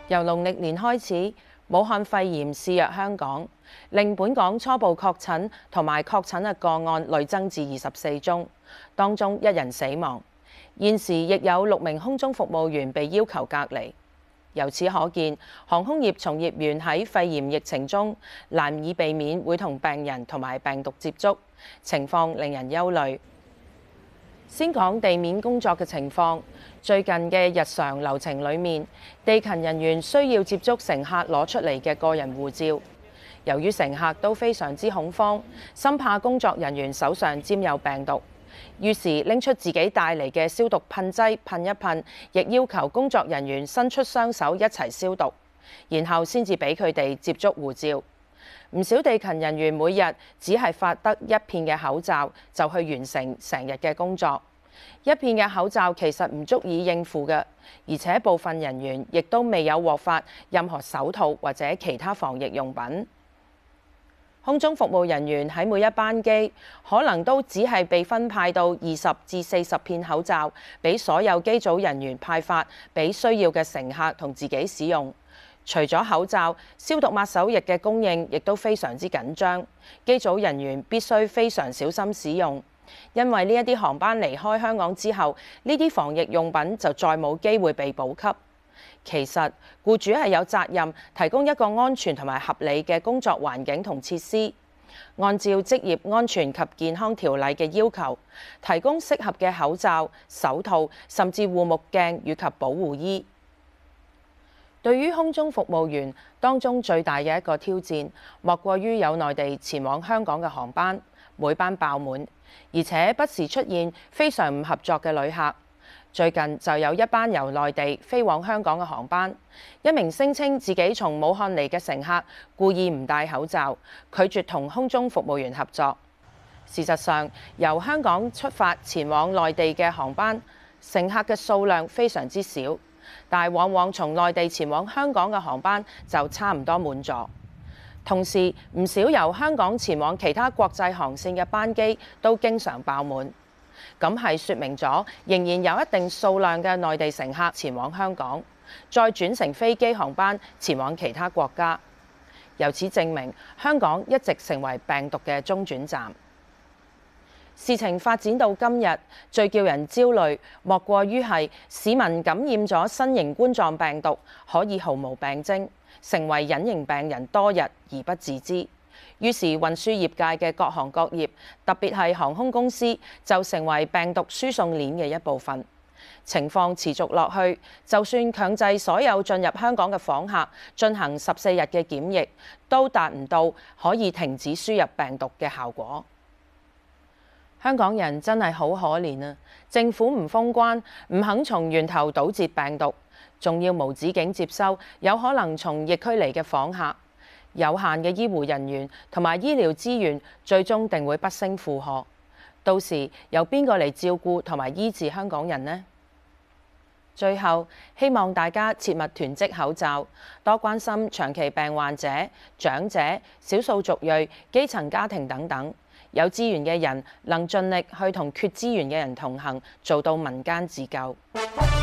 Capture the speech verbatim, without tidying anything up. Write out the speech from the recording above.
由農曆年開始，武漢肺炎肆虐香港，令本港初步確診同埋確診嘅個案累增至二十四宗，當中一人死亡。現時亦有六名空中服務員被要求隔離。由此可見，航空業從業員喺肺炎疫情中難以避免會同病人同埋病毒接觸，情況令人憂慮。先講地面工作嘅情況，最近嘅日常流程裡面，地勤人員需要接觸乘客攞出嚟嘅個人護照。由於乘客都非常之恐慌，深怕工作人員手上沾有病毒，於是拎出自己帶嚟嘅消毒噴劑噴一噴，亦要求工作人員伸出雙手一齊消毒，然後先至俾佢哋接觸護照。唔少地勤人員每日只係發得一片嘅口罩就去完成成日嘅工作，一片嘅口罩其實唔足以應付嘅，而且部分人員亦都未有獲發任何手套或者其他防疫用品。空中服務人員喺每一班機可能都只係被分派到二十至四十片口罩，俾所有機組人員派發俾需要嘅乘客同自己使用。除咗口罩，消毒抹手液嘅供應亦都非常之緊張，機組人員必須非常小心使用，因為呢一啲航班離開香港之後，呢啲防疫用品就再冇機會被補給。其實，僱主係有責任提供一個安全同埋合理嘅工作環境同設施，按照職業安全及健康條例嘅要求，提供適合嘅口罩、手套，甚至護目鏡以及保護衣。對於空中服務員當中最大嘅一個挑戰，莫過於有內地前往香港嘅航班，每班爆滿，而且不時出現非常唔合作嘅旅客。最近就有一班由內地飛往香港嘅航班，一名聲稱自己從武漢嚟嘅乘客故意唔戴口罩，拒絕同空中服務員合作。事實上，由香港出發前往內地嘅航班，乘客嘅數量非常之少，但係往往從內地前往香港嘅航班就差唔多滿座。同時，唔少由香港前往其他國際航線嘅班機都經常爆滿。咁係說明咗，仍然有一定數量嘅內地乘客前往香港，再轉乘飛機航班前往其他國家。由此證明，香港一直成為病毒嘅中轉站。事情發展到今日，最叫人焦慮，莫過於係市民感染咗新型冠狀病毒，可以毫無病徵，成為隱形病人多日而不自知。於是運輸業界嘅各行各業，特別係航空公司，就成為病毒輸送鏈嘅一部分。情況持續落去，就算強制所有進入香港嘅訪客進行十四日嘅檢疫，都達唔到可以停止輸入病毒嘅效果。香港人真係好可憐啊！政府唔封關，唔肯從源頭堵截病毒，仲要無止境接收有可能從疫區嚟嘅訪客。有限嘅醫護人員同埋醫療資源，最終定會不勝負荷。到時由邊個嚟照顧同埋醫治香港人呢？最後，希望大家切勿囤積口罩，多關心長期病患者、長者、少數族裔、基層家庭等等。有資源嘅人能盡力去同缺資源嘅人同行，做到民間自救。